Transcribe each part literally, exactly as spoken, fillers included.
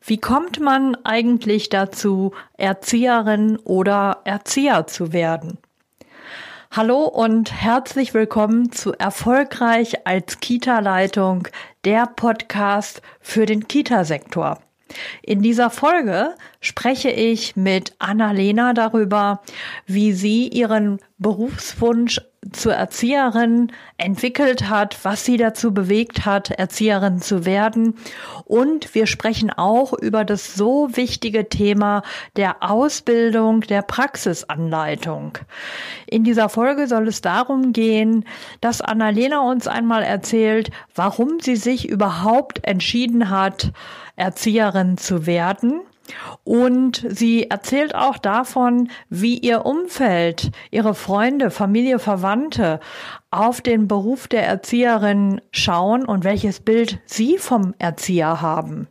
Wie kommt man eigentlich dazu, Erzieherin oder Erzieher zu werden? Hallo und herzlich willkommen zu Erfolgreich als Kita-Leitung, der Podcast für den Kita-Sektor. In dieser Folge spreche ich mit Annalena darüber, wie sie ihren Berufswunsch zur Erzieherin entwickelt hat, was sie dazu bewegt hat, Erzieherin zu werden. Und wir sprechen auch über das so wichtige Thema der Ausbildung der Praxisanleitung. In dieser Folge soll es darum gehen, dass Annalena uns einmal erzählt, warum sie sich überhaupt entschieden hat, Erzieherin zu werden. Und sie erzählt auch davon, wie ihr Umfeld, ihre Freunde, Familie, Verwandte auf den Beruf der Erzieherin schauen und welches Bild sie vom Erzieher haben.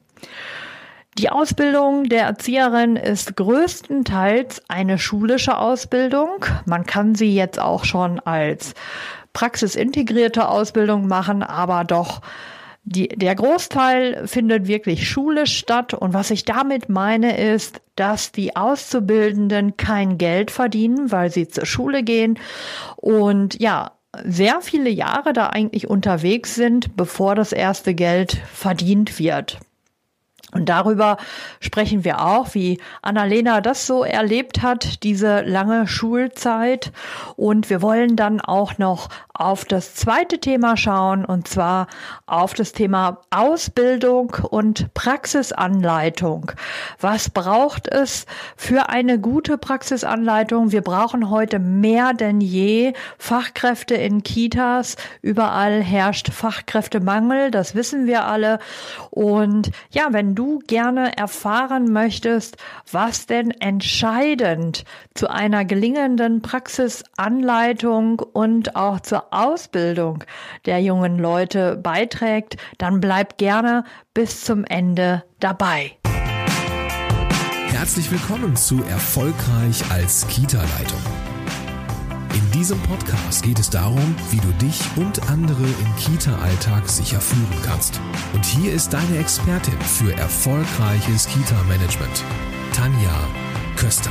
Die Ausbildung der Erzieherin ist größtenteils eine schulische Ausbildung. Man kann sie jetzt auch schon als praxisintegrierte Ausbildung machen, aber doch Die, der Großteil findet wirklich schulisch statt. Und was ich damit meine, ist, dass die Auszubildenden kein Geld verdienen, weil sie zur Schule gehen und ja, sehr viele Jahre da eigentlich unterwegs sind, bevor das erste Geld verdient wird. Und darüber sprechen wir auch, wie Annalena das so erlebt hat, diese lange Schulzeit. Und wir wollen dann auch noch auf das zweite Thema schauen, und zwar auf das Thema Ausbildung und Praxisanleitung. Was braucht es für eine gute Praxisanleitung? Wir brauchen heute mehr denn je Fachkräfte in Kitas. Überall herrscht Fachkräftemangel, das wissen wir alle. Und ja, wenn du du gerne erfahren möchtest, was denn entscheidend zu einer gelingenden Praxisanleitung und auch zur Ausbildung der jungen Leute beiträgt, dann bleib gerne bis zum Ende dabei. Herzlich willkommen zu Erfolgreich als Kita-Leitung. In diesem Podcast geht es darum, wie du dich und andere im Kita-Alltag sicher führen kannst. Und hier ist deine Expertin für erfolgreiches Kita-Management, Tanja Köster.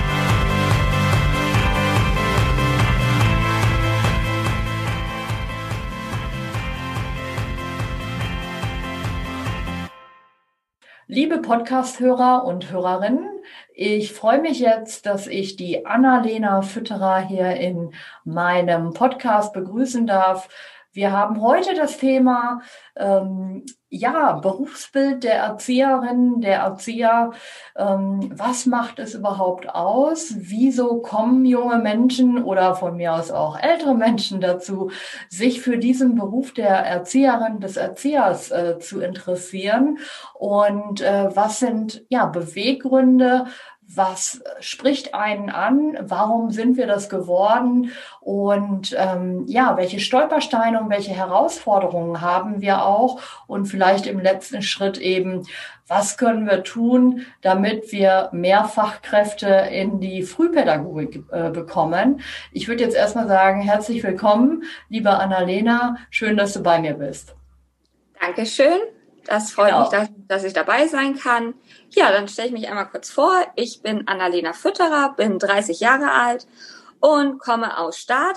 Liebe Podcast-Hörer und Hörerinnen, ich freue mich jetzt, dass ich die Annalena Fütterer hier in meinem Podcast begrüßen darf. Wir haben heute das Thema, ähm, ja, Berufsbild der Erzieherin, der Erzieher. Ähm, was macht es überhaupt aus? Wieso kommen junge Menschen oder von mir aus auch ältere Menschen dazu, sich für diesen Beruf der Erzieherin, des Erziehers äh, zu interessieren? Und äh, was sind, ja, Beweggründe? Was spricht einen an? Warum sind wir das geworden? Und ähm, ja, welche Stolpersteine und welche Herausforderungen haben wir auch? Und vielleicht im letzten Schritt eben, was können wir tun, damit wir mehr Fachkräfte in die Frühpädagogik äh, bekommen? Ich würde jetzt erstmal sagen, herzlich willkommen, liebe Annalena. Schön, dass du bei mir bist. Dankeschön. Das freut Genau. mich, dass, dass ich dabei sein kann. Ja, dann stelle ich mich einmal kurz vor. Ich bin Annalena Fütterer, bin dreißig Jahre alt und komme aus Stade.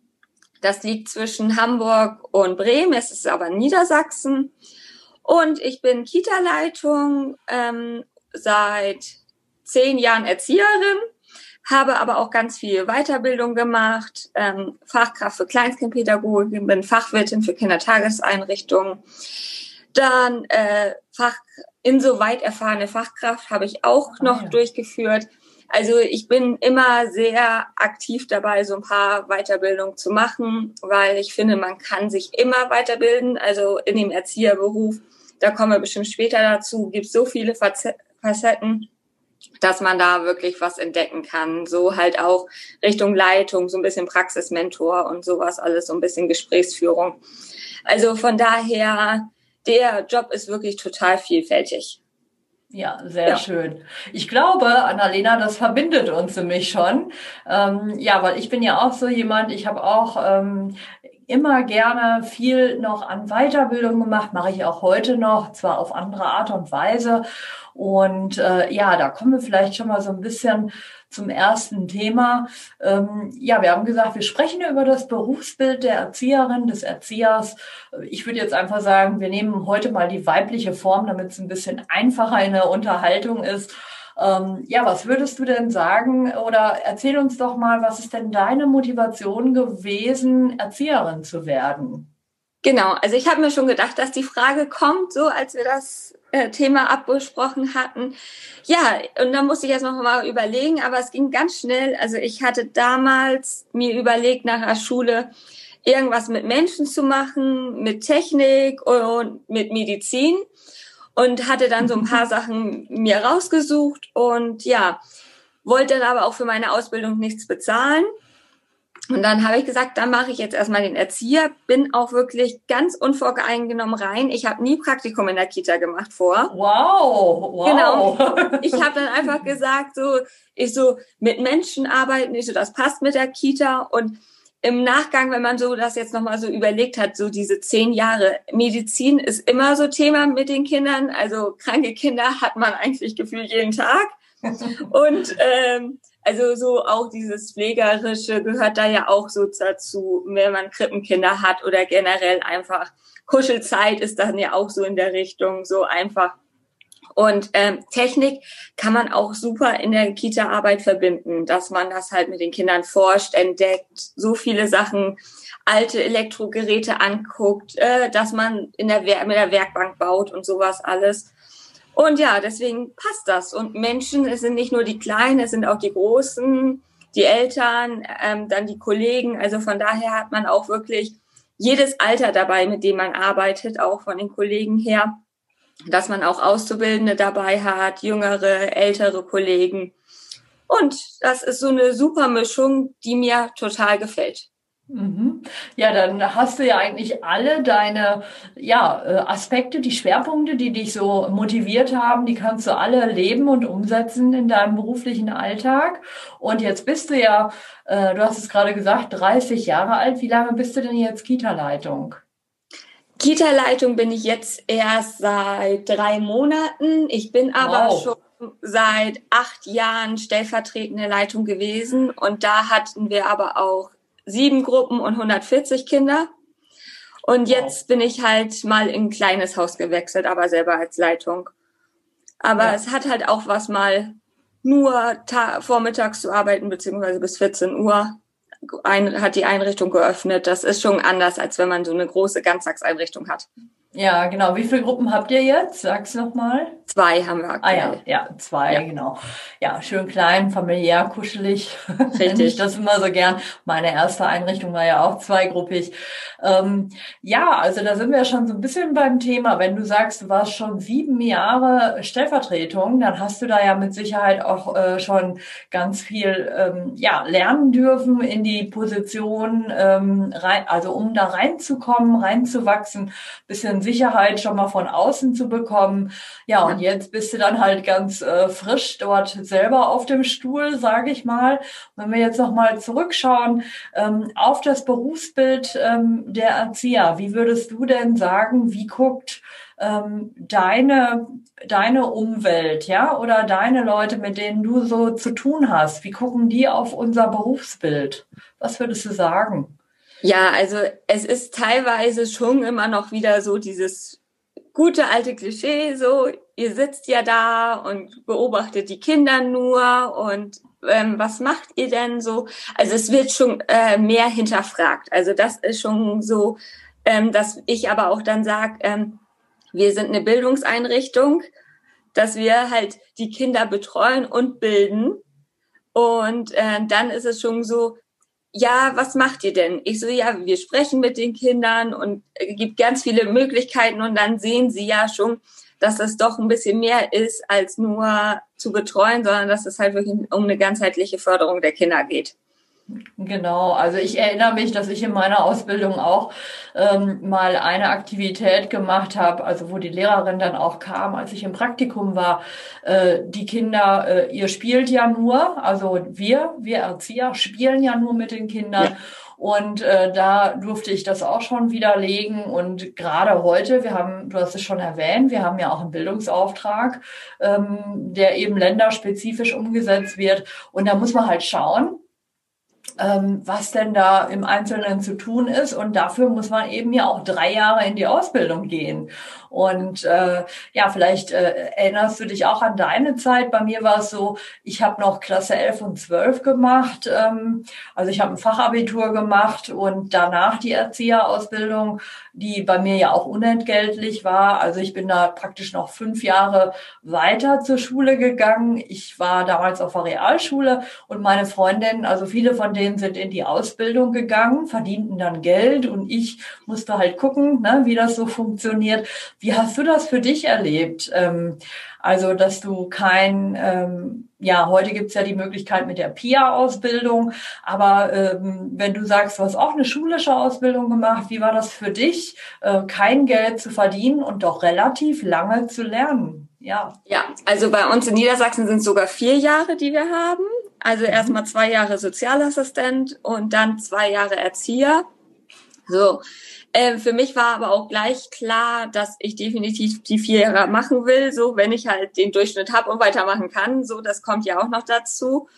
Das liegt zwischen Hamburg und Bremen, es ist aber Niedersachsen. Und ich bin Kita-Leitung, ähm, seit zehn Jahren Erzieherin, habe aber auch ganz viel Weiterbildung gemacht, ähm, Fachkraft für Kleinstkindpädagogik, bin Fachwirtin für Kindertageseinrichtungen. Dann äh, Fach, insoweit erfahrene Fachkraft habe ich auch noch ah, ja. durchgeführt. Also ich bin immer sehr aktiv dabei, so ein paar Weiterbildungen zu machen, weil ich finde, man kann sich immer weiterbilden. Also in dem Erzieherberuf, da kommen wir bestimmt später dazu, gibt es so viele Facetten, dass man da wirklich was entdecken kann. So halt auch Richtung Leitung, so ein bisschen Praxismentor und sowas, alles so ein bisschen Gesprächsführung. Also von daher, der Job ist wirklich total vielfältig. Ja, sehr Ja. schön. Ich glaube, Annalena, das verbindet uns nämlich schon. Ähm, ja, weil ich bin ja auch so jemand, ich habe auch ähm, immer gerne viel noch an Weiterbildung gemacht, mache ich auch heute noch, zwar auf andere Art und Weise. Und äh, ja, da kommen wir vielleicht schon mal so ein bisschen zum ersten Thema. Ähm, ja, wir haben gesagt, wir sprechen über das Berufsbild der Erzieherin, des Erziehers. Ich würde jetzt einfach sagen, wir nehmen heute mal die weibliche Form, damit es ein bisschen einfacher in der Unterhaltung ist. Ähm, ja, was würdest du denn sagen? Oder erzähl uns doch mal, was ist denn deine Motivation gewesen, Erzieherin zu werden? Genau, also ich habe mir schon gedacht, dass die Frage kommt, so als wir das äh, Thema abgesprochen hatten. Ja, und dann musste ich jetzt noch mal überlegen, aber es ging ganz schnell. Also ich hatte damals mir überlegt, nach der Schule irgendwas mit Menschen zu machen, mit Technik und mit Medizin und hatte dann so ein paar Sachen mir rausgesucht und ja, wollte dann aber auch für meine Ausbildung nichts bezahlen. Und dann habe ich gesagt, dann mache ich jetzt erstmal den Erzieher, bin auch wirklich ganz unvoreingenommen rein. Ich habe nie Praktikum in der Kita gemacht vor. Wow, wow. Genau. Ich habe dann einfach gesagt, so ich so mit Menschen arbeiten, ich so das passt mit der Kita. Und im Nachgang, wenn man so das jetzt nochmal so überlegt hat, so diese zehn Jahre Medizin ist immer so Thema mit den Kindern. Also kranke Kinder hat man eigentlich gefühlt jeden Tag. Und ähm, also so auch dieses Pflegerische gehört da ja auch so dazu, wenn man Krippenkinder hat oder generell einfach Kuschelzeit ist dann ja auch so in der Richtung so einfach. Und ähm, Technik kann man auch super in der Kita-Arbeit verbinden, dass man das halt mit den Kindern forscht, entdeckt, so viele Sachen, alte Elektrogeräte anguckt, äh, dass man in der Wer- mit der Werkbank baut und sowas alles. Und ja, deswegen passt das. Und Menschen, es sind nicht nur die Kleinen, es sind auch die Großen, die Eltern, ähm, dann die Kollegen. Also von daher hat man auch wirklich jedes Alter dabei, mit dem man arbeitet, auch von den Kollegen her, dass man auch Auszubildende dabei hat, jüngere, ältere Kollegen. Und das ist so eine super Mischung, die mir total gefällt. Mhm. Ja, dann hast du ja eigentlich alle deine ja, Aspekte, die Schwerpunkte, die dich so motiviert haben, die kannst du alle leben und umsetzen in deinem beruflichen Alltag. Und jetzt bist du ja, äh, du hast es gerade gesagt, dreißig Jahre alt. Wie lange bist du denn jetzt Kita-Leitung? Kita-Leitung bin ich jetzt erst seit drei Monaten. Ich bin aber wow. schon seit acht Jahren stellvertretende Leitung gewesen. Und da hatten wir aber auch sieben Gruppen und hundertvierzig Kinder. Und jetzt wow. bin ich halt mal in ein kleines Haus gewechselt, aber selber als Leitung. Aber ja. es hat halt auch was mal nur ta- vormittags zu arbeiten, beziehungsweise bis vierzehn Uhr ein, hat die Einrichtung geöffnet. Das ist schon anders, als wenn man so eine große Ganztagseinrichtung hat. Ja, genau. Wie viele Gruppen habt ihr jetzt? Sag's nochmal. Zwei haben wir aktuell. Ah ja, ja, zwei, ja. Genau. Ja, schön klein, familiär, kuschelig. Richtig. Ich das immer so gern. Meine erste Einrichtung war ja auch zweigruppig. Ähm, ja, also da sind wir schon so ein bisschen beim Thema. Wenn du sagst, du warst schon sieben Jahre Stellvertretung, dann hast du da ja mit Sicherheit auch äh, schon ganz viel ähm, ja lernen dürfen in die Position, ähm, rein, also um da reinzukommen, reinzuwachsen, bisschen Sicherheit schon mal von außen zu bekommen. Ja, und jetzt bist du dann halt ganz äh, frisch dort selber auf dem Stuhl, sage ich mal. Wenn wir jetzt noch mal zurückschauen ähm, auf das Berufsbild ähm, der Erzieher, wie würdest du denn sagen, wie guckt ähm, deine deine Umwelt, ja, oder deine Leute, mit denen du so zu tun hast, wie gucken die auf unser Berufsbild? Was würdest du sagen? Ja, also es ist teilweise schon immer noch wieder so dieses gute alte Klischee, so ihr sitzt ja da und beobachtet die Kinder nur und ähm, was macht ihr denn so? Also es wird schon äh, mehr hinterfragt. Also das ist schon so, ähm, dass ich aber auch dann sage, ähm, wir sind eine Bildungseinrichtung, dass wir halt die Kinder betreuen und bilden. Und äh, dann ist es schon so, ja, was macht ihr denn? Ich so, ja, wir sprechen mit den Kindern und es gibt ganz viele Möglichkeiten und dann sehen sie ja schon, dass es doch ein bisschen mehr ist, als nur zu betreuen, sondern dass es halt wirklich um eine ganzheitliche Förderung der Kinder geht. Genau, also ich erinnere mich, dass ich in meiner Ausbildung auch ähm, mal eine Aktivität gemacht habe, also wo die Lehrerin dann auch kam, als ich im Praktikum war. Äh, die Kinder, äh, ihr spielt ja nur, also wir, wir Erzieher spielen ja nur mit den Kindern. Ja. Und äh, da durfte ich das auch schon widerlegen. Und gerade heute, wir haben, du hast es schon erwähnt, wir haben ja auch einen Bildungsauftrag, ähm, der eben länderspezifisch umgesetzt wird. Und da muss man halt schauen, ähm, was denn da im Einzelnen zu tun ist. Und dafür muss man eben ja auch drei Jahre in die Ausbildung gehen. Und äh, ja, vielleicht äh, erinnerst du dich auch an deine Zeit. Bei mir war es so, ich habe noch Klasse elf und zwölf gemacht. Ähm, also ich habe ein Fachabitur gemacht und danach die Erzieherausbildung, die bei mir ja auch unentgeltlich war. Also ich bin da praktisch noch fünf Jahre weiter zur Schule gegangen. Ich war damals auf der Realschule und meine Freundinnen, also viele von denen sind in die Ausbildung gegangen, verdienten dann Geld und ich musste halt gucken, ne, wie das so funktioniert. Wie hast du das für dich erlebt? Ähm, also, dass du kein, ähm, ja, heute gibt's ja die Möglichkeit mit der P I A-Ausbildung, aber ähm, wenn du sagst, du hast auch eine schulische Ausbildung gemacht, wie war das für dich, äh, kein Geld zu verdienen und doch relativ lange zu lernen? Ja. Ja, also bei uns in Niedersachsen sind es sogar vier Jahre, die wir haben. Also erstmal zwei Jahre Sozialassistent und dann zwei Jahre Erzieher. So. Äh, für mich war aber auch gleich klar, dass ich definitiv die vier Jahre machen will, so wenn ich halt den Durchschnitt habe und weitermachen kann. So, das kommt ja auch noch dazu.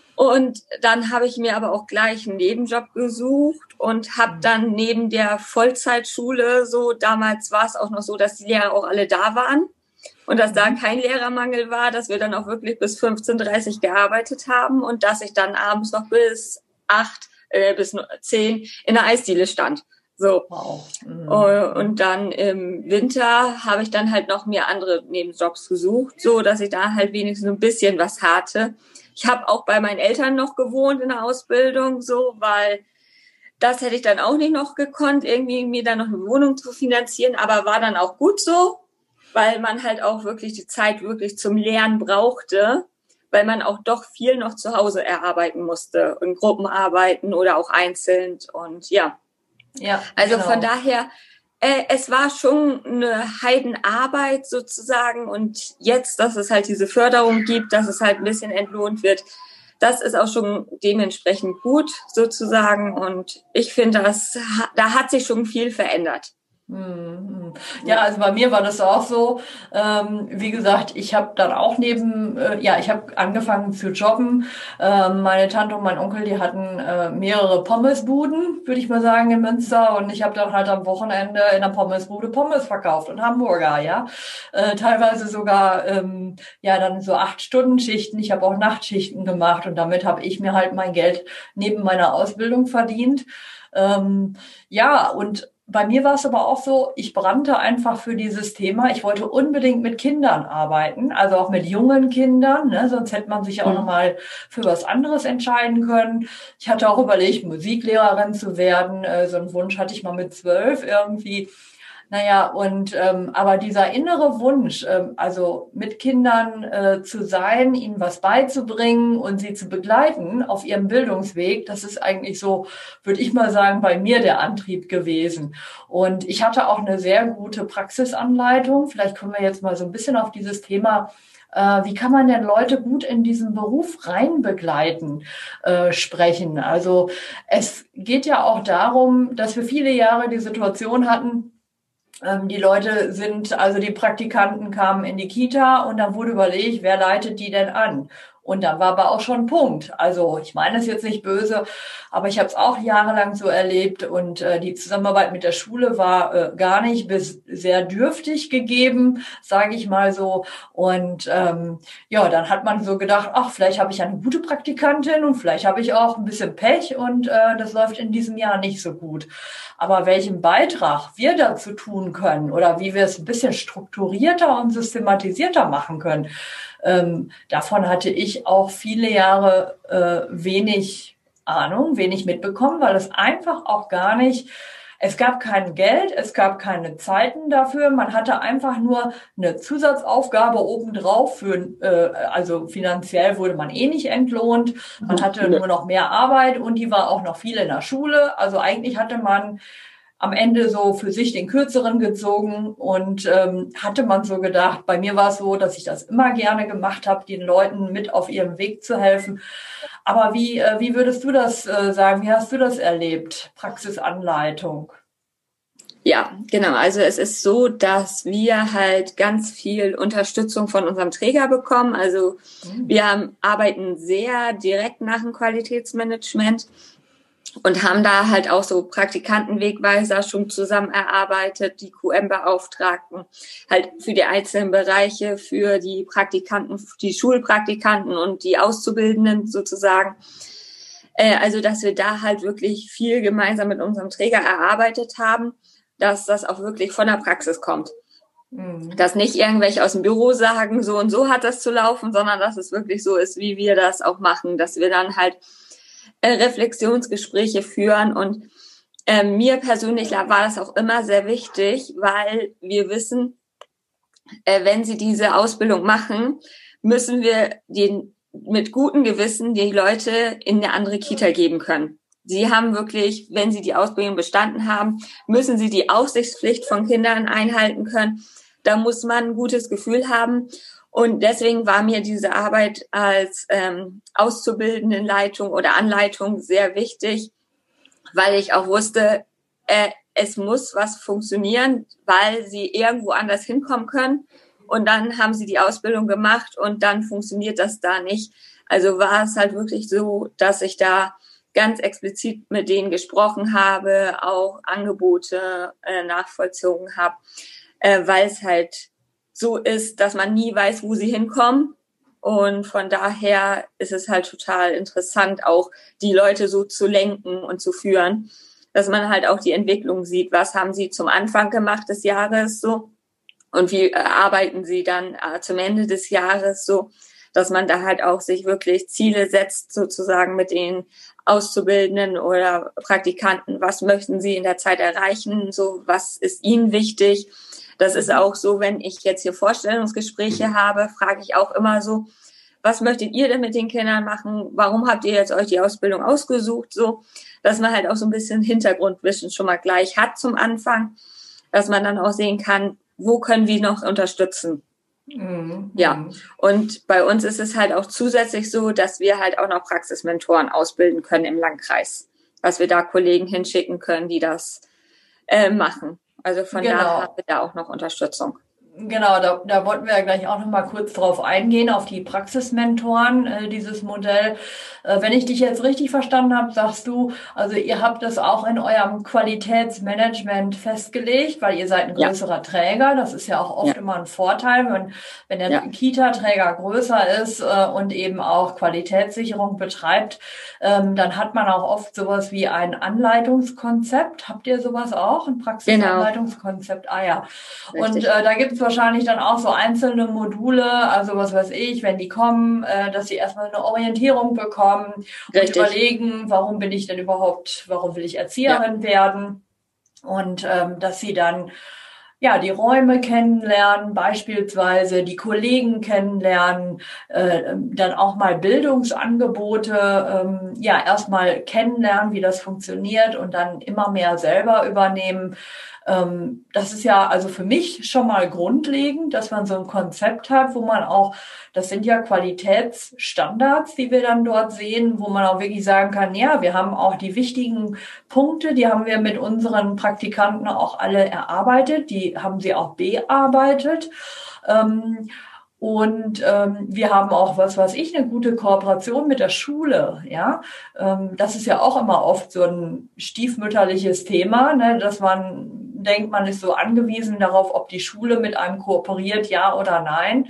Und dann habe ich mir aber auch gleich einen Nebenjob gesucht und habe dann neben der Vollzeitschule, so damals war es auch noch so, dass die Lehrer auch alle da waren und dass da kein Lehrermangel war, dass wir dann auch wirklich bis fünfzehn Uhr dreißig gearbeitet haben und dass ich dann abends noch bis acht, äh, bis zehn in der Eisdiele stand. So. Wow. Mhm. Und dann im Winter habe ich dann halt noch mir andere Nebenjobs gesucht, so dass ich da halt wenigstens ein bisschen was hatte. Ich habe auch bei meinen Eltern noch gewohnt in der Ausbildung, so, weil das hätte ich dann auch nicht noch gekonnt, irgendwie mir dann noch eine Wohnung zu finanzieren, aber war dann auch gut so, weil man halt auch wirklich die Zeit wirklich zum Lernen brauchte, weil man auch doch viel noch zu Hause erarbeiten musste, in Gruppenarbeiten oder auch einzeln und ja. Ja, also genau. Von daher, äh, es war schon eine Heidenarbeit sozusagen und jetzt, dass es halt diese Förderung gibt, dass es halt ein bisschen entlohnt wird, das ist auch schon dementsprechend gut sozusagen und ich finde, das, da hat sich schon viel verändert. Ja, also bei mir war das auch so. Ähm, wie gesagt, ich habe dann auch neben, äh, ja, ich habe angefangen zu jobben. Ähm, meine Tante und mein Onkel, die hatten äh, mehrere Pommesbuden, würde ich mal sagen, in Münster. Und ich habe dann halt am Wochenende in der Pommesbude Pommes verkauft und Hamburger, ja. Äh, teilweise sogar, ähm, ja, dann so acht Stunden Schichten. Ich habe auch Nachtschichten gemacht und damit habe ich mir halt mein Geld neben meiner Ausbildung verdient. Ähm, ja, und bei mir war es aber auch so, ich brannte einfach für dieses Thema. Ich wollte unbedingt mit Kindern arbeiten, also auch mit jungen Kindern, ne? Sonst hätte man sich auch mhm. nochmal für was anderes entscheiden können. Ich hatte auch überlegt, Musiklehrerin zu werden. Äh, so einen Wunsch hatte ich mal mit zwölf irgendwie. Naja, und ähm, aber dieser innere Wunsch, ähm, also mit Kindern äh, zu sein, ihnen was beizubringen und sie zu begleiten auf ihrem Bildungsweg, das ist eigentlich so, würde ich mal sagen, bei mir der Antrieb gewesen. Und ich hatte auch eine sehr gute Praxisanleitung. Vielleicht können wir jetzt mal so ein bisschen auf dieses Thema, äh, wie kann man denn Leute gut in diesen Beruf rein begleiten, äh, sprechen. Also es geht ja auch darum, dass wir viele Jahre die Situation hatten, die Leute sind, also die Praktikanten kamen in die Kita und dann wurde überlegt, wer leitet die denn an? Und dann war aber auch schon ein Punkt. Also ich meine es jetzt nicht böse, aber ich habe es auch jahrelang so erlebt und äh, die Zusammenarbeit mit der Schule war äh, gar nicht bis sehr dürftig gegeben, sage ich mal so. Und ähm, ja, dann hat man so gedacht, ach, vielleicht habe ich eine gute Praktikantin und vielleicht habe ich auch ein bisschen Pech und äh, das läuft in diesem Jahr nicht so gut. Aber welchen Beitrag wir dazu tun können oder wie wir es ein bisschen strukturierter und systematisierter machen können, ähm, davon hatte ich auch viele Jahre äh, wenig Ahnung, wenig mitbekommen, weil es einfach auch gar nicht, es gab kein Geld, es gab keine Zeiten dafür, man hatte einfach nur eine Zusatzaufgabe obendrauf, für, äh, also finanziell wurde man eh nicht entlohnt, man hatte nur noch mehr Arbeit und die war auch noch viel in der Schule, also eigentlich hatte man am Ende so für sich den Kürzeren gezogen und ähm, hatte man so gedacht, bei mir war es so, dass ich das immer gerne gemacht habe, den Leuten mit auf ihrem Weg zu helfen. Aber wie, äh, wie würdest du das äh, sagen? Wie hast du das erlebt? Praxisanleitung? Ja, genau. Also es ist so, dass wir halt ganz viel Unterstützung von unserem Träger bekommen. Also mhm. wir haben, arbeiten sehr direkt nach dem Qualitätsmanagement und haben da halt auch so Praktikantenwegweiser schon zusammen erarbeitet, die Q M-Beauftragten, halt für die einzelnen Bereiche, für die Praktikanten, die Schulpraktikanten und die Auszubildenden sozusagen. Äh, also, dass wir da halt wirklich viel gemeinsam mit unserem Träger erarbeitet haben, dass das auch wirklich von der Praxis kommt. Mhm. Dass nicht irgendwelche aus dem Büro sagen, so und so hat das zu laufen, sondern dass es wirklich so ist, wie wir das auch machen, dass wir dann halt Reflexionsgespräche führen und äh, mir persönlich war das auch immer sehr wichtig, weil wir wissen, äh, wenn sie diese Ausbildung machen, müssen wir den, mit gutem Gewissen die Leute in eine andere Kita geben können. Sie haben wirklich, wenn sie die Ausbildung bestanden haben, müssen sie die Aufsichtspflicht von Kindern einhalten können. Da muss man ein gutes Gefühl haben. Und deswegen war mir diese Arbeit als ähm, Auszubildendenleitung oder Anleitung sehr wichtig, weil ich auch wusste, äh, es muss was funktionieren, weil sie irgendwo anders hinkommen können. Und dann haben sie die Ausbildung gemacht und dann funktioniert das da nicht. Also war es halt wirklich so, dass ich da ganz explizit mit denen gesprochen habe, auch Angebote äh, nachvollzogen habe, äh, weil es halt so ist, dass man nie weiß, wo sie hinkommen. Und von daher ist es halt total interessant, auch die Leute so zu lenken und zu führen, dass man halt auch die Entwicklung sieht. Was haben sie zum Anfang gemacht des Jahres so und wie äh, arbeiten sie dann äh, zum Ende des Jahres so, dass man da halt auch sich wirklich Ziele setzt, sozusagen mit den Auszubildenden oder Praktikanten. Was möchten sie in der Zeit erreichen? So, was ist ihnen wichtig? Das ist auch so, wenn ich jetzt hier Vorstellungsgespräche habe, frage ich auch immer so, was möchtet ihr denn mit den Kindern machen? Warum habt ihr jetzt euch die Ausbildung ausgesucht? So, dass man halt auch so ein bisschen Hintergrundwissen schon mal gleich hat zum Anfang, dass man dann auch sehen kann, wo können wir noch unterstützen? Mhm. Ja, und bei uns ist es halt auch zusätzlich so, dass wir halt auch noch Praxismentoren ausbilden können im Landkreis, dass wir da Kollegen hinschicken können, die das äh, machen. Also von genau. daher haben wir da auch noch Unterstützung. Genau, da, da wollten wir ja gleich auch noch mal kurz drauf eingehen, auf die Praxismentoren, äh, dieses Modell. Äh, wenn ich dich jetzt richtig verstanden habe, sagst du, also ihr habt das auch in eurem Qualitätsmanagement festgelegt, weil ihr seid ein größerer ja. Träger. Das ist ja auch oft ja. immer ein Vorteil, wenn, wenn der ja. Kita-Träger größer ist äh, und eben auch Qualitätssicherung betreibt, ähm, dann hat man auch oft sowas wie ein Anleitungskonzept. Habt ihr sowas auch? Ein Praxisanleitungskonzept? Genau. Ah ja. Richtig. Und äh, da gibt es wahrscheinlich dann auch so einzelne Module, also was weiß ich, wenn die kommen, äh, dass sie erstmal eine Orientierung bekommen und Richtig. überlegen, warum bin ich denn überhaupt, warum will ich Erzieherin ja. werden und ähm, dass sie dann ja die Räume kennenlernen, beispielsweise die Kollegen kennenlernen, äh, dann auch mal Bildungsangebote ähm, ja erstmal kennenlernen, wie das funktioniert und dann immer mehr selber übernehmen. Ähm, das ist ja also für mich schon mal grundlegend, dass man so ein Konzept hat, wo man auch, das sind ja Qualitätsstandards, die wir dann dort sehen, wo man auch wirklich sagen kann, ja, wir haben auch die wichtigen Punkte, die haben wir mit unseren Praktikanten auch alle erarbeitet, die haben sie auch bearbeitet. Ähm, Und ähm, wir haben auch, was weiß ich, eine gute Kooperation mit der Schule. Ja, ähm, das ist ja auch immer oft so ein stiefmütterliches Thema, ne, dass man denkt, man ist so angewiesen darauf, ob die Schule mit einem kooperiert, ja oder nein.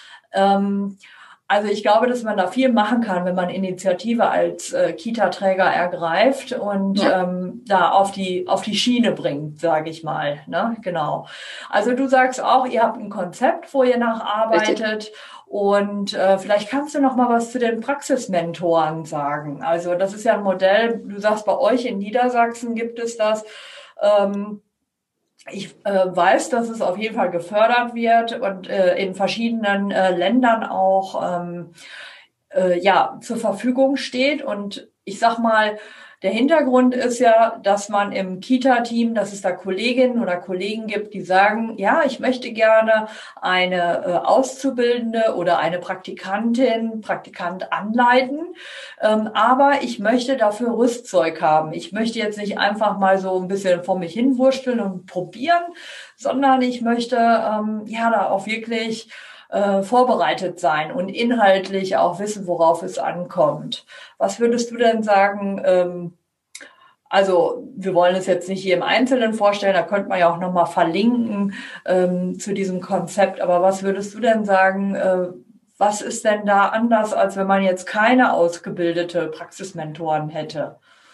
Ähm, also ich glaube, dass man da viel machen kann, wenn man Initiative als äh, Kita-Träger ergreift und ja. ähm, da auf die auf die Schiene bringt, sage ich mal. Ne? Genau. Also du sagst auch, ihr habt ein Konzept, wo ihr nacharbeitet. Richtig. Und äh, vielleicht kannst du noch mal was zu den Praxismentoren sagen. Also das ist ja ein Modell, du sagst, bei euch in Niedersachsen gibt es das. Ähm, Ich äh, weiß, dass es auf jeden Fall gefördert wird und äh, in verschiedenen äh, Ländern auch ähm, äh, ja zur Verfügung steht. Und ich sag mal, Der Hintergrund ist ja, dass man im Kita-Team, dass es da Kolleginnen oder Kollegen gibt, die sagen, ja, ich möchte gerne eine äh, Auszubildende oder eine Praktikantin, Praktikant anleiten, ähm, aber ich möchte dafür Rüstzeug haben. Ich möchte jetzt nicht einfach mal so ein bisschen vor mich hinwursteln und probieren, sondern ich möchte ähm, ja da auch wirklich äh, vorbereitet sein und inhaltlich auch wissen, worauf es ankommt. Was würdest du denn sagen? Ähm, also wir wollen es jetzt nicht hier im Einzelnen vorstellen, da könnte man ja auch nochmal verlinken ähm, zu diesem Konzept. Aber was würdest du denn sagen, äh, was ist denn da anders, als wenn man jetzt keine ausgebildete Praxismentoren hätte?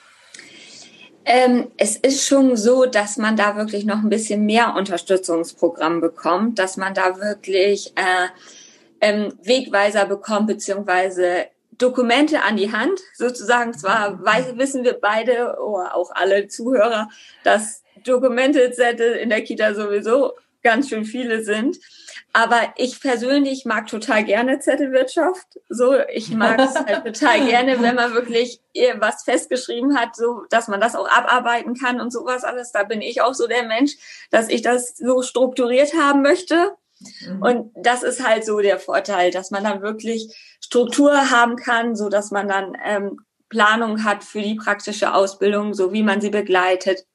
Ähm, es ist schon so, dass man da wirklich noch ein bisschen mehr Unterstützungsprogramm bekommt, dass man da wirklich äh, ähm, Wegweiser bekommt, beziehungsweise Dokumente an die Hand, sozusagen. Zwar weiß, wissen wir beide, oder auch alle Zuhörer, dass Dokumente-Zettel in der Kita sowieso ganz schön viele sind. Aber ich persönlich mag total gerne Zettelwirtschaft. So, ich mag es halt total gerne, wenn man wirklich was festgeschrieben hat, so, dass man das auch abarbeiten kann und sowas alles. Da bin ich auch so der Mensch, dass ich das so strukturiert haben möchte. Mhm. Und das ist halt so der Vorteil, dass man dann wirklich Struktur haben kann, so dass man dann ähm, Planung hat für die praktische Ausbildung, so wie man sie begleitet.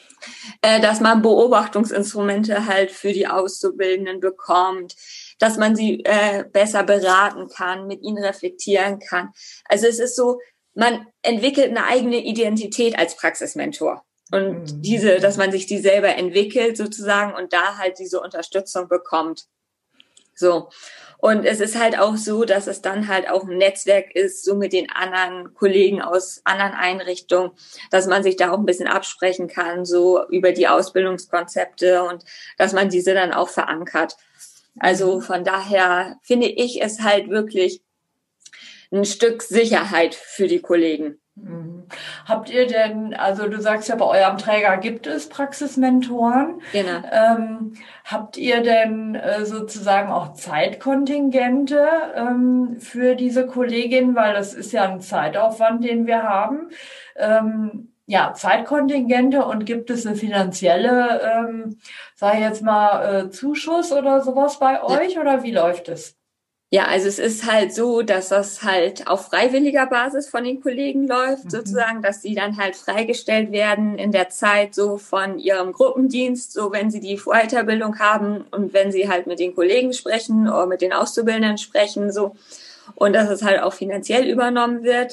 Äh, dass man Beobachtungsinstrumente halt für die Auszubildenden bekommt, dass man sie äh, besser beraten kann, mit ihnen reflektieren kann. Also es ist so, man entwickelt eine eigene Identität als Praxismentor. Und mhm. diese, dass man sich die selber entwickelt sozusagen und da halt diese Unterstützung bekommt. So. Und es ist halt auch so, dass es dann halt auch ein Netzwerk ist, so mit den anderen Kollegen aus anderen Einrichtungen, dass man sich da auch ein bisschen absprechen kann, so über die Ausbildungskonzepte und dass man diese dann auch verankert. Also von daher finde ich es halt wirklich ein Stück Sicherheit für die Kollegen. Mhm. Habt ihr denn, also du sagst ja, bei eurem Träger gibt es Praxismentoren. Genau. Ähm, habt ihr denn äh, sozusagen auch Zeitkontingente ähm, für diese Kollegin? Weil das ist ja ein Zeitaufwand, den wir haben. Ähm, ja, Zeitkontingente, und gibt es eine finanzielle, ähm, sag ich jetzt mal, äh, Zuschuss oder sowas bei euch, ja. Oder wie läuft es? Ja, also es ist halt so, dass das halt auf freiwilliger Basis von den Kollegen läuft, mhm. sozusagen, dass sie dann halt freigestellt werden in der Zeit so von ihrem Gruppendienst, so wenn sie die Weiterbildung haben und wenn sie halt mit den Kollegen sprechen oder mit den Auszubildenden sprechen, so. Und dass es halt auch finanziell übernommen wird.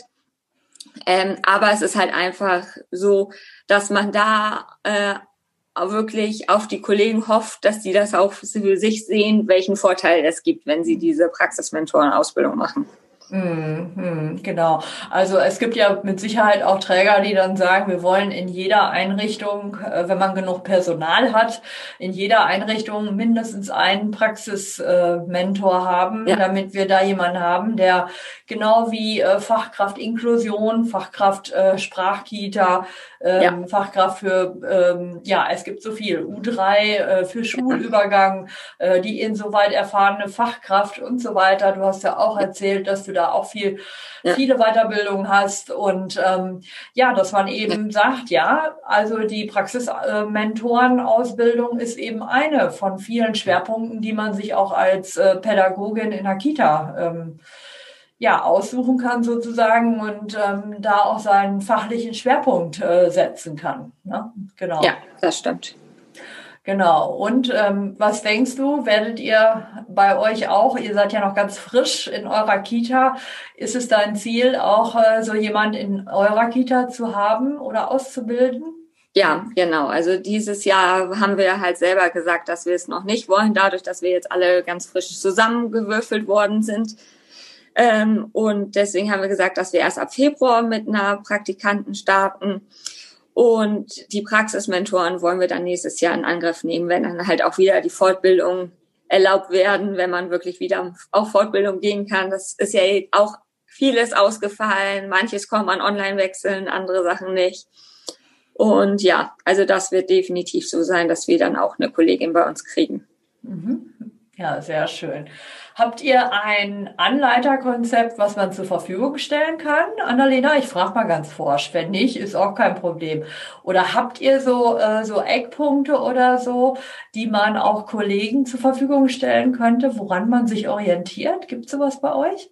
Ähm, aber es ist halt einfach so, dass man da äh, wirklich auf die Kollegen hofft, dass die das auch für sich sehen, welchen Vorteil es gibt, wenn sie diese Praxismentoren-Ausbildung machen. Mhm, genau. Also es gibt ja mit Sicherheit auch Träger, die dann sagen, wir wollen in jeder Einrichtung, wenn man genug Personal hat, in jeder Einrichtung mindestens einen Praxismentor haben, ja. Damit wir da jemanden haben, der genau wie Fachkraft Inklusion, Fachkraft Sprachkita, ja. Fachkraft für, ja, es gibt so viel, U drei für Schulübergang, die insoweit erfahrene Fachkraft und so weiter. Du hast ja auch erzählt, dass du da auch viel, ja. viele Weiterbildungen hast und ähm, ja, dass man eben ja. sagt, ja, also die Praxismentorenausbildung ist eben eine von vielen Schwerpunkten, die man sich auch als äh, Pädagogin in der Kita ähm, ja aussuchen kann sozusagen und ähm, da auch seinen fachlichen Schwerpunkt äh, setzen kann. Ne? Genau. Ja, das stimmt. Genau. Und ähm, was denkst du, werdet ihr bei euch auch, ihr seid ja noch ganz frisch in eurer Kita, ist es dein Ziel, auch äh, so jemand in eurer Kita zu haben oder auszubilden? Ja, genau. Also dieses Jahr haben wir halt selber gesagt, dass wir es noch nicht wollen, dadurch, dass wir jetzt alle ganz frisch zusammengewürfelt worden sind. Ähm, und deswegen haben wir gesagt, dass wir erst ab Februar mit einer Praktikanten starten. Und die Praxismentoren wollen wir dann nächstes Jahr in Angriff nehmen, wenn dann halt auch wieder die Fortbildung erlaubt werden, wenn man wirklich wieder auf Fortbildung gehen kann. Das ist ja auch vieles ausgefallen. Manches kann man online wechseln, andere Sachen nicht. Und ja, also das wird definitiv so sein, dass wir dann auch eine Kollegin bei uns kriegen. Mhm. Ja, sehr schön. Habt ihr ein Anleiterkonzept, was man zur Verfügung stellen kann, Annalena? Ich frage mal ganz forsch. Wenn nicht, ist auch kein Problem. Oder habt ihr so, äh, so Eckpunkte oder so, die man auch Kollegen zur Verfügung stellen könnte, woran man sich orientiert? Gibt es sowas bei euch?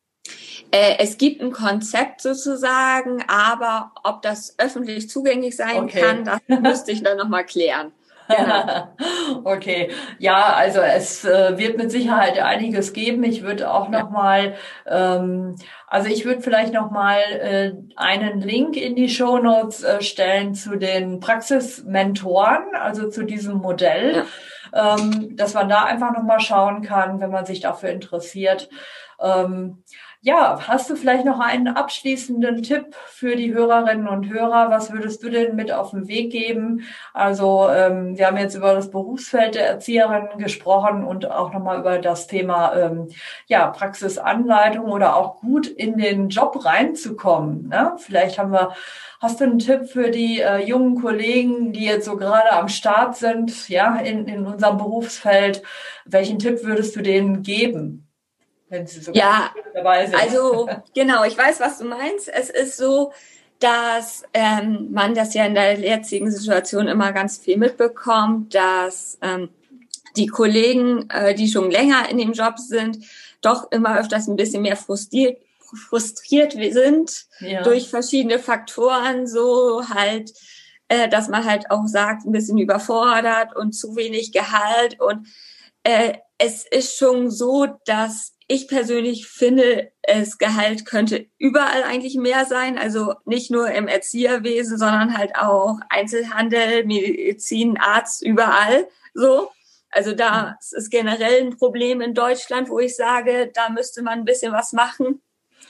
Äh, es gibt ein Konzept sozusagen, aber ob das öffentlich zugänglich sein Okay. kann, das müsste ich dann nochmal klären. Genau. Okay, ja, also es äh, wird mit Sicherheit einiges geben. Ich würde auch noch mal, ähm, also ich würde vielleicht noch mal äh, einen Link in die Shownotes äh, stellen zu den Praxismentoren, also zu diesem Modell, ja. ähm, dass man da einfach noch mal schauen kann, wenn man sich dafür interessiert. Ähm, Ja, hast du vielleicht noch einen abschließenden Tipp für die Hörerinnen und Hörer? Was würdest du denn mit auf den Weg geben? Also ähm, wir haben jetzt über das Berufsfeld der Erzieherinnen gesprochen und auch nochmal über das Thema ähm, ja Praxisanleitung oder auch gut in den Job reinzukommen. Ne? Vielleicht haben wir, hast du einen Tipp für die äh, jungen Kollegen, die jetzt so gerade am Start sind, ja, in, in unserem Berufsfeld? Welchen Tipp würdest du denen geben? Wenn sie so ja, dabei sind. Also genau, ich weiß, was du meinst. Es ist so, dass ähm, man das ja in der jetzigen Situation immer ganz viel mitbekommt, dass ähm, die Kollegen, äh, die schon länger in dem Job sind, doch immer öfters ein bisschen mehr frustriert, frustriert sind ja. durch verschiedene Faktoren, so halt, äh, dass man halt auch sagt, ein bisschen überfordert und zu wenig Gehalt. Und äh, es ist schon so, dass ich persönlich finde, das Gehalt könnte überall eigentlich mehr sein, also nicht nur im Erzieherwesen, sondern halt auch Einzelhandel, Medizin, Arzt, überall so. Also da ist generell ein Problem in Deutschland, wo ich sage, da müsste man ein bisschen was machen.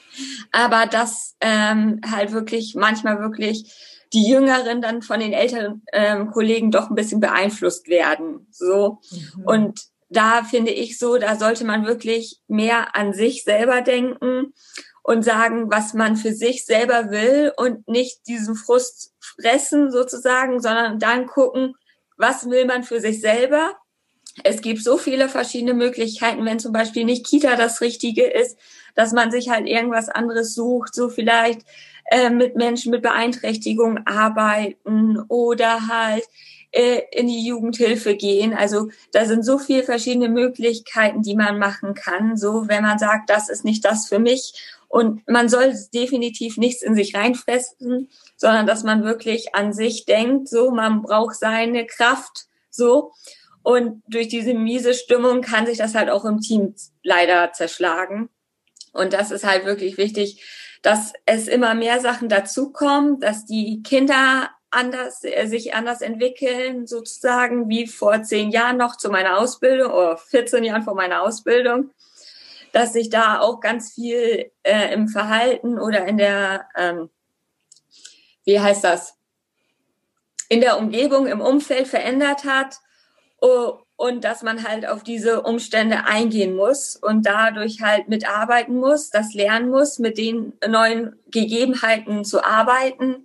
Aber dass ähm, halt wirklich manchmal wirklich die Jüngeren dann von den älteren ähm, Kollegen doch ein bisschen beeinflusst werden. So mhm. Und da finde ich so, da sollte man wirklich mehr an sich selber denken und sagen, was man für sich selber will und nicht diesen Frust fressen sozusagen, sondern dann gucken, was will man für sich selber. Es gibt so viele verschiedene Möglichkeiten, wenn zum Beispiel nicht Kita das Richtige ist, dass man sich halt irgendwas anderes sucht, so vielleicht äh, mit Menschen mit Beeinträchtigung arbeiten oder halt in die Jugendhilfe gehen. Also da sind so viele verschiedene Möglichkeiten, die man machen kann. So, wenn man sagt, das ist nicht das für mich. Und man soll definitiv nichts in sich reinfressen, sondern dass man wirklich an sich denkt, so, man braucht seine Kraft, so. Und durch diese miese Stimmung kann sich das halt auch im Team leider zerschlagen. Und das ist halt wirklich wichtig, dass es immer mehr Sachen dazukommen, dass die Kinder anders, äh, sich anders entwickeln, sozusagen, wie vor zehn Jahren noch zu meiner Ausbildung oder vierzehn Jahren vor meiner Ausbildung, dass sich da auch ganz viel äh, im Verhalten oder in der, ähm, wie heißt das, in der Umgebung, im Umfeld verändert hat uh, und dass man halt auf diese Umstände eingehen muss und dadurch halt mitarbeiten muss, das lernen muss, mit den neuen Gegebenheiten zu arbeiten.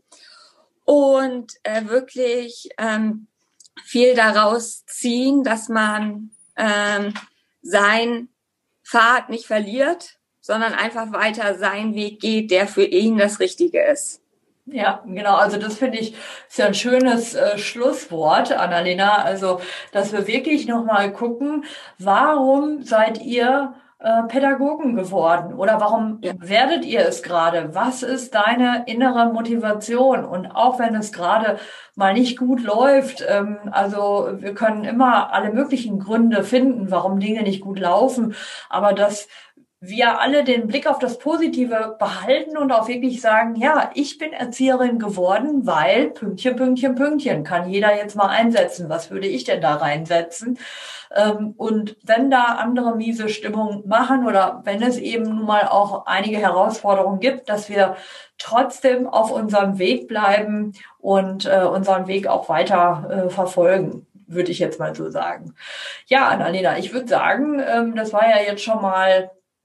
Und äh, wirklich ähm, viel daraus ziehen, dass man ähm, sein Pfad nicht verliert, sondern einfach weiter seinen Weg geht, der für ihn das Richtige ist. Ja, genau. Also das finde ich ist ja ein schönes äh, Schlusswort, Annalena. Also, dass wir wirklich nochmal gucken, warum seid ihr äh, Pädagogen geworden oder warum ja. werdet ihr es gerade? Was ist deine innere Motivation? Und auch wenn es gerade mal nicht gut läuft, ähm, also wir können immer alle möglichen Gründe finden, warum Dinge nicht gut laufen, aber das wir alle den Blick auf das Positive behalten und auch wirklich sagen, ja, ich bin Erzieherin geworden, weil Pünktchen, Pünktchen, Pünktchen kann jeder jetzt mal einsetzen. Was würde ich denn da reinsetzen? Und wenn da andere miese Stimmung machen oder wenn es eben nun mal auch einige Herausforderungen gibt, dass wir trotzdem auf unserem Weg bleiben und unseren Weg auch weiter verfolgen, würde ich jetzt mal so sagen. Ja, Annalena, ich würde sagen, das war ja jetzt schon mal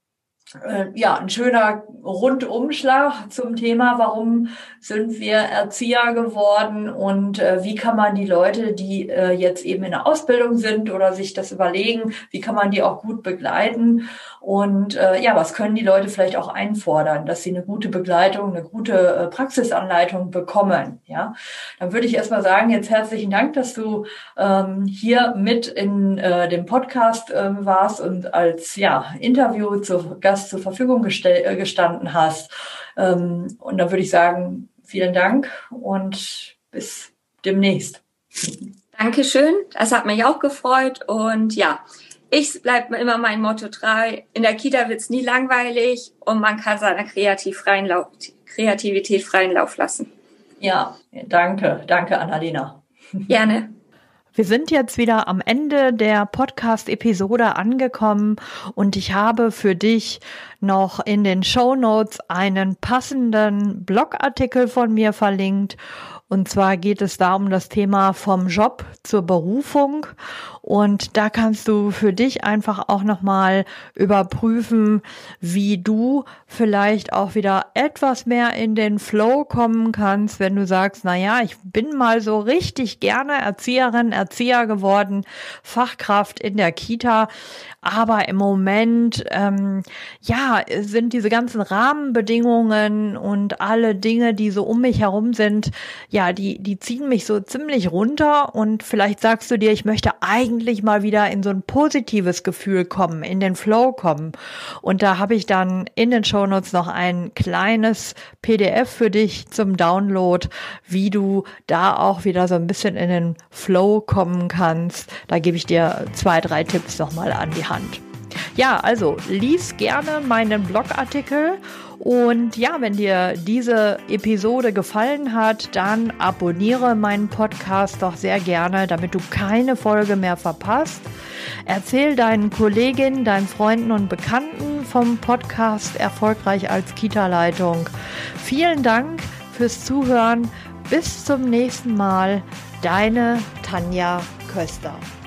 ja, ein schöner Rundumschlag zum Thema, warum sind wir Erzieher geworden und äh, wie kann man die Leute, die äh, jetzt eben in der Ausbildung sind oder sich das überlegen, wie kann man die auch gut begleiten und äh, ja, was können die Leute vielleicht auch einfordern, dass sie eine gute Begleitung, eine gute äh, Praxisanleitung bekommen, ja. Dann würde ich erstmal sagen, jetzt herzlichen Dank, dass du ähm, hier mit in äh, dem Podcast äh, warst und als ja Interview zu Gast zur Verfügung gestell, gestanden hast. Und dann würde ich sagen, vielen Dank und bis demnächst. Dankeschön, das hat mich auch gefreut und ja, ich bleibe immer mein Motto treu, in der Kita wird es nie langweilig und man kann seiner Kreativ freien Lauf, Kreativität freien Lauf lassen. Ja, danke, danke Annalena. Gerne. Wir sind jetzt wieder am Ende der Podcast-Episode angekommen und ich habe für dich noch in den Shownotes einen passenden Blogartikel von mir verlinkt. Und zwar geht es da um das Thema vom Job zur Berufung. Und da kannst du für dich einfach auch nochmal überprüfen, wie du vielleicht auch wieder etwas mehr in den Flow kommen kannst, wenn du sagst, na ja, ich bin mal so richtig gerne Erzieherin, Erzieher geworden, Fachkraft in der Kita, aber im Moment, ähm, ja, sind diese ganzen Rahmenbedingungen und alle Dinge, die so um mich herum sind, ja, die, die ziehen mich so ziemlich runter und vielleicht sagst du dir, ich möchte eigentlich mal wieder in so ein positives Gefühl kommen, in den Flow kommen. Und da habe ich dann in den Shownotes noch ein kleines P D F für dich zum Download, wie du da auch wieder so ein bisschen in den Flow kommen kannst. Da gebe ich dir zwei, drei Tipps nochmal an die Hand. Ja, also lies gerne meinen Blogartikel und ja, wenn dir diese Episode gefallen hat, dann abonniere meinen Podcast doch sehr gerne, damit du keine Folge mehr verpasst. Erzähl deinen Kolleginnen, deinen Freunden und Bekannten vom Podcast Erfolgreich als Kita-Leitung. Vielen Dank fürs Zuhören. Bis zum nächsten Mal. Deine Tanja Köster.